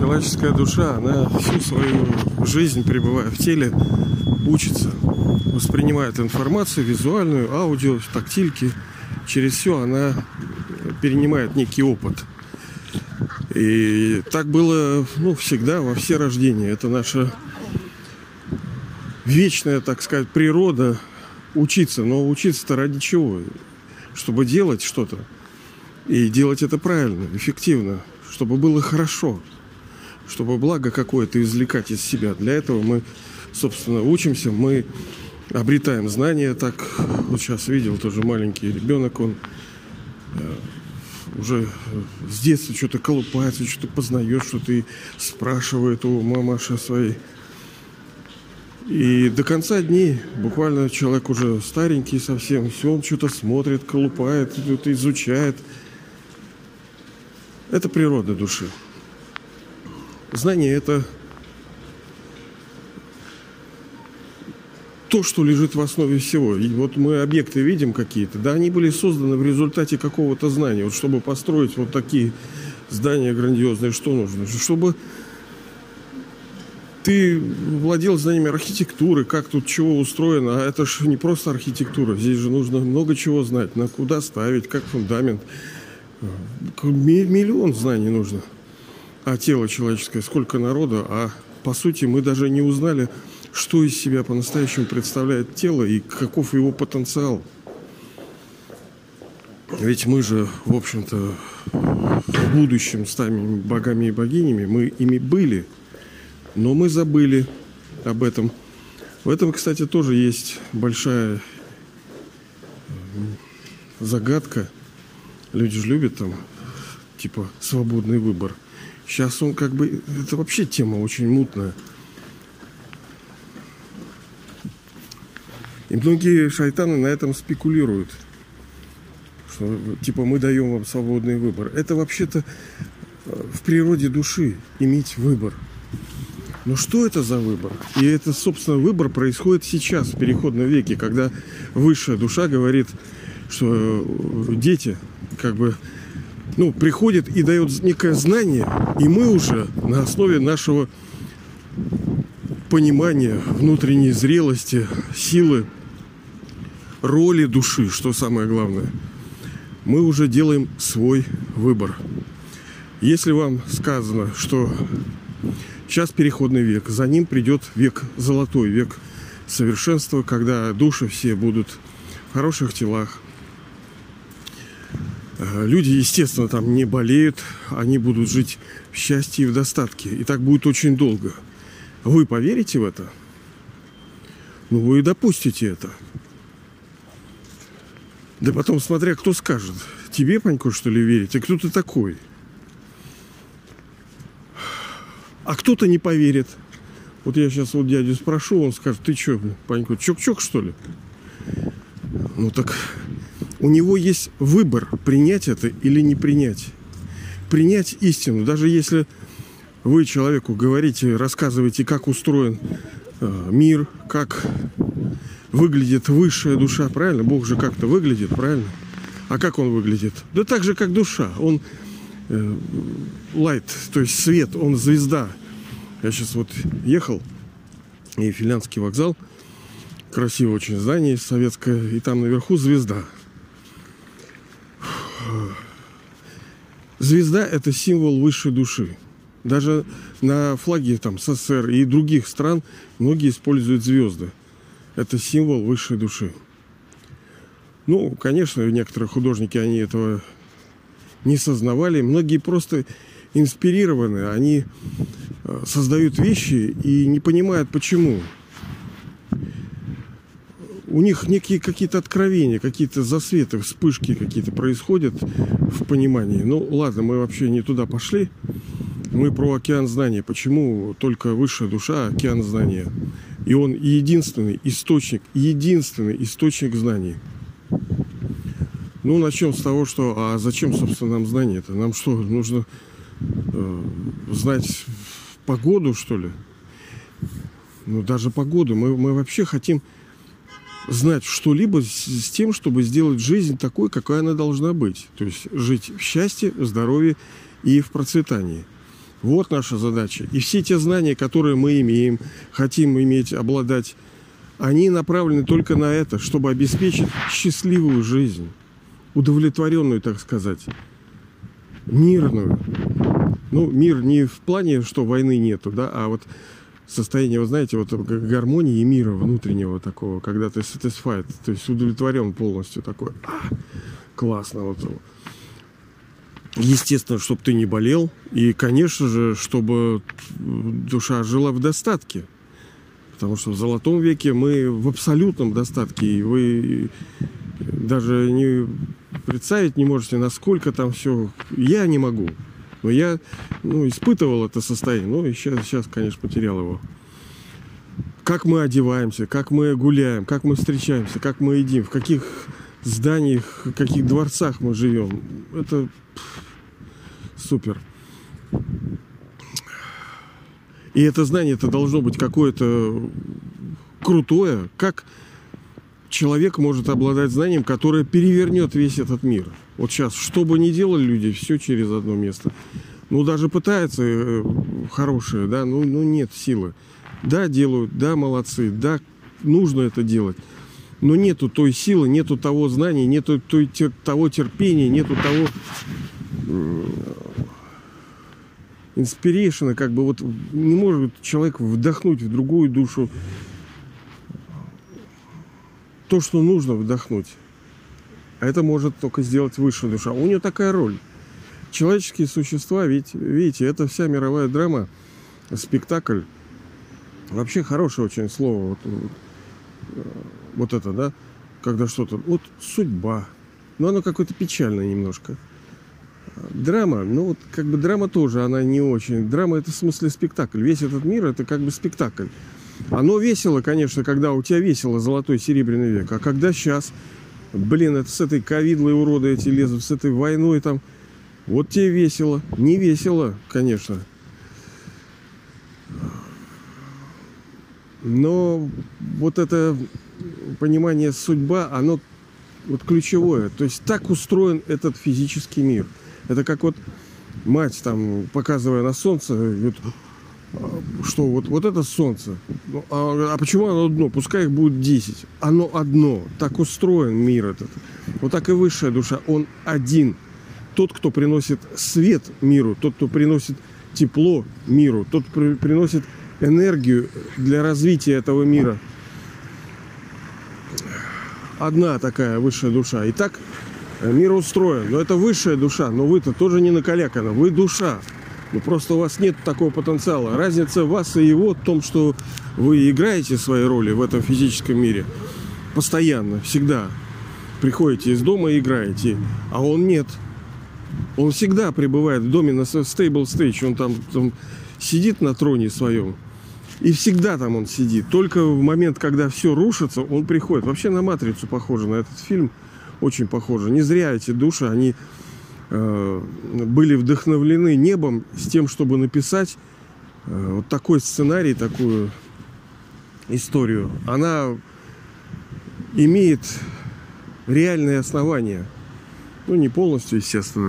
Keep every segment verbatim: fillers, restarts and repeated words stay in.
Человеческая душа, она всю свою жизнь, пребывая в теле, учится, воспринимает информацию визуальную, аудио, тактильки. Через все она перенимает некий опыт. И так было, ну, всегда, во все рождения. Это наша вечная, так сказать, природа учиться. Но учиться-то ради чего? Чтобы делать что-то. И делать это правильно, эффективно. Чтобы было хорошо. Чтобы благо какое-то извлекать из себя. Для этого мы, собственно, учимся. Мы обретаем знания. Так, вот сейчас видел тоже маленький ребенок. Он уже с детства что-то колупается, что-то познает, что-то и спрашивает у мамаши своей. И до конца дней буквально человек уже старенький совсем, все, он что-то смотрит, колупает, что-то изучает. Это природа души. Знание – это то, что лежит в основе всего. И вот мы объекты видим какие-то, да, они были созданы в результате какого-то знания. Вот чтобы построить вот такие здания грандиозные, что нужно? Чтобы ты владел знаниями архитектуры, как тут чего устроено. А это же не просто архитектура. Здесь же нужно много чего знать. На куда ставить, как фундамент. Миллион знаний нужно. А тело человеческое, сколько народа. А по сути мы даже не узнали, что из себя по-настоящему представляет тело и каков его потенциал. Ведь мы же, в общем-то, в будущем станем богами и богинями. Мы ими были, но мы забыли об этом. В этом, кстати, тоже есть большая загадка. Люди же любят там, типа, свободный выбор. Сейчас он как бы... Это вообще тема очень мутная. И многие шайтаны на этом спекулируют. Что, типа, мы даем вам свободный выбор. Это вообще-то в природе души иметь выбор. Но что это за выбор? И это, собственно, выбор происходит сейчас, в переходном веке, когда высшая душа говорит, что дети, как бы, ну, приходят и дают некое знание, и мы уже на основе нашего понимания, внутренней зрелости, силы, роли души, что самое главное, мы уже делаем свой выбор. Если вам сказано, что сейчас переходный век, за ним придет век золотой, век совершенства, когда души все будут в хороших телах. Люди, естественно, там не болеют, они будут жить в счастье и в достатке. И так будет очень долго. Вы поверите в это? Ну, вы и допустите это. Да потом, смотря кто скажет. Тебе, Панько, что ли, верить? И кто ты такой? А кто-то не поверит. Вот я сейчас вот дядю спрошу, он скажет, ты что, Панько, чок-чок, что ли? Ну так у него есть выбор, принять это или не принять. Принять истину, даже если вы человеку говорите, рассказываете, как устроен э, мир, как выглядит высшая душа, правильно? Бог же как-то выглядит, правильно? А как он выглядит? Да так же, как душа. Он э, light, то есть свет, он звезда. Я сейчас вот ехал, и Финляндский вокзал, красивое очень здание советское, и там наверху звезда. Звезда – это символ высшей души. Даже на флаге там СССР и других стран многие используют звезды. Это символ высшей души. Ну, конечно, некоторые художники, они этого не сознавали. Многие просто инспирированы. Они создают вещи и не понимают, почему. У них некие какие-то откровения, какие-то засветы, вспышки какие-то происходят в понимании. Ну, ладно, мы вообще не туда пошли. Мы про океан знания. Почему только высшая душа – океан знания? И он единственный источник, единственный источник знаний. Ну, начнем с того, что... А зачем, собственно, нам знание-то? Нам что, нужно э, знать погоду, что ли? Ну, даже погоду. Мы, мы вообще хотим знать что-либо с, с тем, чтобы сделать жизнь такой, какая она должна быть. То есть жить в счастье, в здоровье и в процветании. Вот наша задача. И все те знания, которые мы имеем, хотим иметь, обладать, они направлены только на это, чтобы обеспечить счастливую жизнь, удовлетворенную, так сказать, мирную. Ну, мир не в плане, что войны нету, да, а вот состояние, вы знаете, вот гармонии и мира внутреннего такого, когда ты satisfied, то есть удовлетворен полностью такой. А, классно. Вот. Естественно, чтобы ты не болел. И, конечно же, чтобы душа жила в достатке. Потому что в золотом веке мы в абсолютном достатке. И вы даже не представить не можете, насколько там все. Я не могу. Но я ну, испытывал это состояние. Ну, и сейчас, сейчас, конечно, потерял его. Как мы одеваемся, как мы гуляем, как мы встречаемся, как мы едим, в каких зданиях, в каких дворцах мы живем. Это супер. И это знание, это должно быть какое-то крутое. Как человек может обладать знанием, которое перевернет весь этот мир? Вот сейчас, что бы ни делали люди, все через одно место. Ну, даже пытаются хорошие, да, ну, ну нет силы. Да, делают, да, молодцы, да, нужно это делать. Но нету той силы, нету того знания, нету той, тер, того терпения, нету того инспирейшена, как бы вот не может человек вдохнуть в другую душу то, что нужно вдохнуть. А это может только сделать высшая душа. У нее такая роль. Человеческие существа, ведь, видите, это вся мировая драма, спектакль. Вообще хорошее очень слово. Вот, вот это, да? Когда что-то... Вот судьба. Но оно какое-то печальное немножко. Драма, ну вот как бы драма тоже, она не очень. Драма это в смысле спектакль. Весь этот мир это как бы спектакль. Оно весело, конечно, когда у тебя весело золотой серебряный век. А когда сейчас, блин, это с этой ковидлой уроды эти лезут, с этой войной там. Вот тебе весело. Не весело, конечно. Но вот это понимание судьба, оно вот ключевое. То есть так устроен этот физический мир. Это как вот мать, там, показывая на солнце, говорит, что вот, вот это солнце. Ну, а, а почему оно одно? Пускай их будет десять. Оно одно. Так устроен мир этот. Вот так и высшая душа. Он один. Тот, кто приносит свет миру, тот, кто приносит тепло миру, тот, кто приносит энергию для развития этого мира. Одна такая высшая душа. И так мир устроен. Но это высшая душа. Но вы-то тоже не накаляканы. Вы душа. Ну, просто у вас нет такого потенциала. Разница вас и его в том, что вы играете свои роли в этом физическом мире. Постоянно, всегда. Приходите из дома и играете. А он нет. Он всегда пребывает в доме на stable stage. Он там, там сидит на троне своем. И всегда там он сидит. Только в момент, когда все рушится, он приходит. Вообще на «Матрицу» похоже, на этот фильм. Очень похоже. Не зря эти души, они э, были вдохновлены небом с тем, чтобы написать э, вот такой сценарий, такую историю. Она имеет реальные основания. Ну, не полностью, естественно.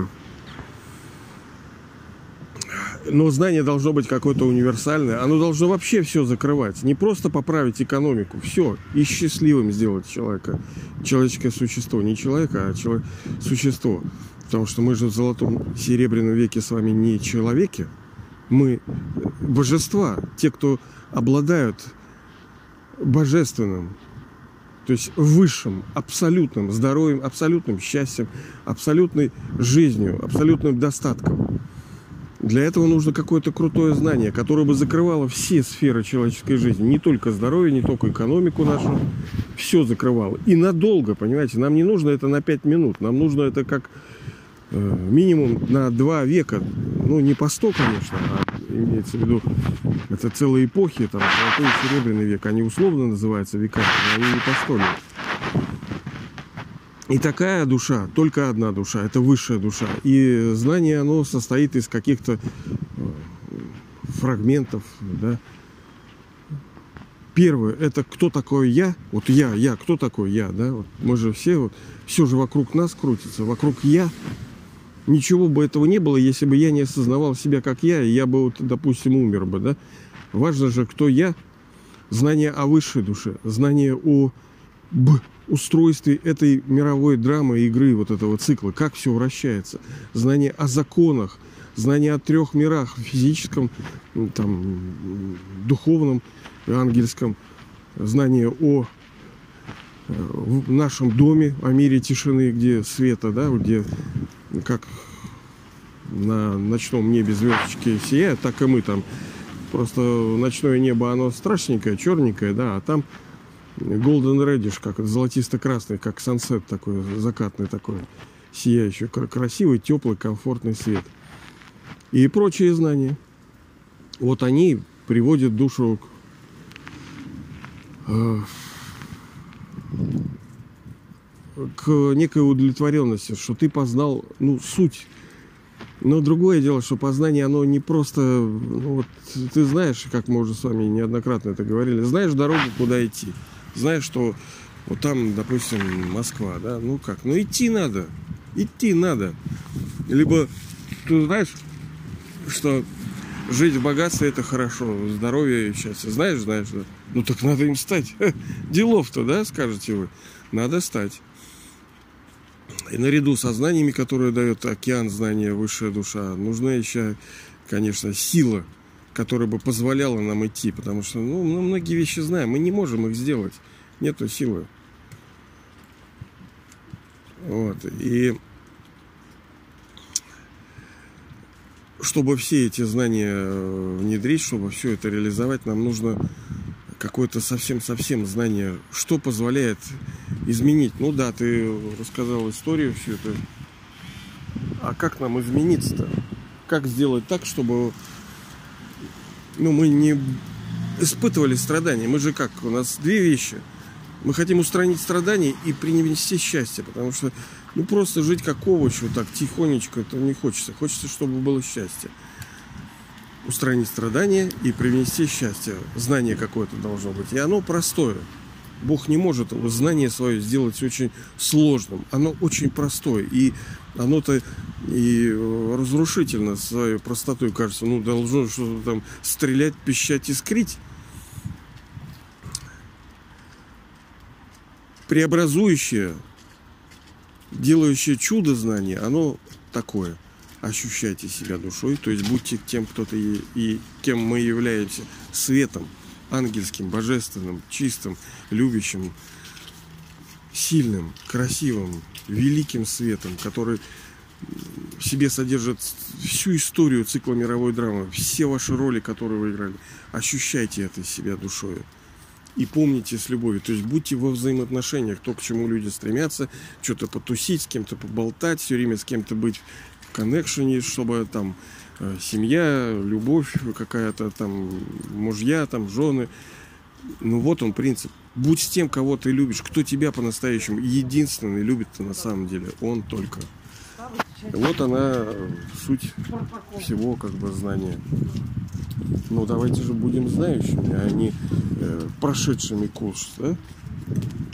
Но знание должно быть какое-то универсальное. Оно должно вообще все закрывать. Не просто поправить экономику. Все. И счастливым сделать человека. Человеческое существо. Не человека, а человек... существо. Потому что мы же в золотом серебряном веке с вами не человеки. Мы божества. Те, кто обладают божественным. То есть высшим, абсолютным здоровьем, абсолютным счастьем, абсолютной жизнью, абсолютным достатком. Для этого нужно какое-то крутое знание, которое бы закрывало все сферы человеческой жизни. Не только здоровье, не только экономику нашу. Все закрывало. И надолго, понимаете. Нам не нужно это на пять минут. Нам нужно это как э, минимум на два века. Ну, не по сто, конечно, а имеется в виду, это целые эпохи. Там, золотой и серебряный век. Они условно называются веками, но они не по сто лет. И такая душа, только одна душа, это высшая душа. И знание, оно состоит из каких-то фрагментов, да. Первое, это кто такой я? Вот я, я, кто такой я, да? Вот мы же все, вот, все же вокруг нас крутится, вокруг я. ничего бы этого не было, если бы я не осознавал себя как я, и я бы, вот, допустим, умер бы, да. Важно же, кто я. Знание о высшей душе, знание о б, устройстве этой мировой драмы, игры, вот этого цикла, как все вращается. Знание о законах, знание о трех мирах, физическом, там, духовном, ангельском, знание о в нашем доме, о мире тишины, где света, да, где как на ночном небе звездочки сияют, так и мы там. Просто ночное небо, оно страшненькое, черненькое, да, а там golden reddish, как золотисто-красный, как сансет такой, закатный такой, сияющий, красивый, теплый, комфортный свет. И прочие знания. Вот они приводят душу к, э, к некой удовлетворенности, что ты познал, ну, суть. Но другое дело, что познание, оно не просто... Ну, вот, ты знаешь, как мы уже с вами неоднократно это говорили, знаешь дорогу, куда идти. Знаешь, что вот там, допустим, Москва, да, ну как, ну идти надо, идти надо. Либо ты знаешь, что жить в богатстве — это хорошо, здоровье и счастье. Знаешь, знаешь, да? Ну так надо им стать. Делов-то, да, скажете вы? Надо стать. И наряду со знаниями, которые дает океан знания, высшая душа, нужна еще, конечно, сила, которая бы позволяла нам идти. Потому что, ну, мы многие вещи знаем, мы не можем их сделать. Нету силы. Вот. И чтобы все эти знания внедрить, чтобы все это реализовать, нам нужно какое-то совсем-совсем знание, что позволяет изменить. Ну да, ты рассказал историю всю эту. А как нам измениться-то? Как сделать так, чтобы, ну, мы не испытывали страдания? Мы же как? У нас две вещи. Мы хотим устранить страдания и принести счастье. Потому что, ну, просто жить как овощ, вот так тихонечко, это не хочется. Хочется, чтобы было счастье. Устранить страдания и привнести счастье. Знание какое-то должно быть. И оно простое. Бог не может знание свое сделать очень сложным. Оно очень простое. И оно-то и разрушительно своей простотой кажется. Ну, должно что-то там стрелять, пищать, искрить. Преобразующее, делающее чудо знание, оно такое. Ощущайте себя душой, то есть будьте тем, кто-то и, и кем мы являемся, светом, ангельским, божественным, чистым, любящим, сильным, красивым, великим светом, который в себе содержит всю историю цикла мировой драмы, все ваши роли, которые вы играли. Ощущайте это из себя душой. И помните с любовью, то есть будьте во взаимоотношениях, то, к чему люди стремятся, что-то потусить, с кем-то поболтать, все время с кем-то быть в коннекшене, чтобы там э, семья, любовь какая-то, там мужья, там жены. Ну вот он принцип. Будь с тем, кого ты любишь, кто тебя по-настоящему единственный любит-то на самом деле, он только. Вот она суть всего как бы знания. Ну давайте же будем знающими, а не э, прошедшими курс, да?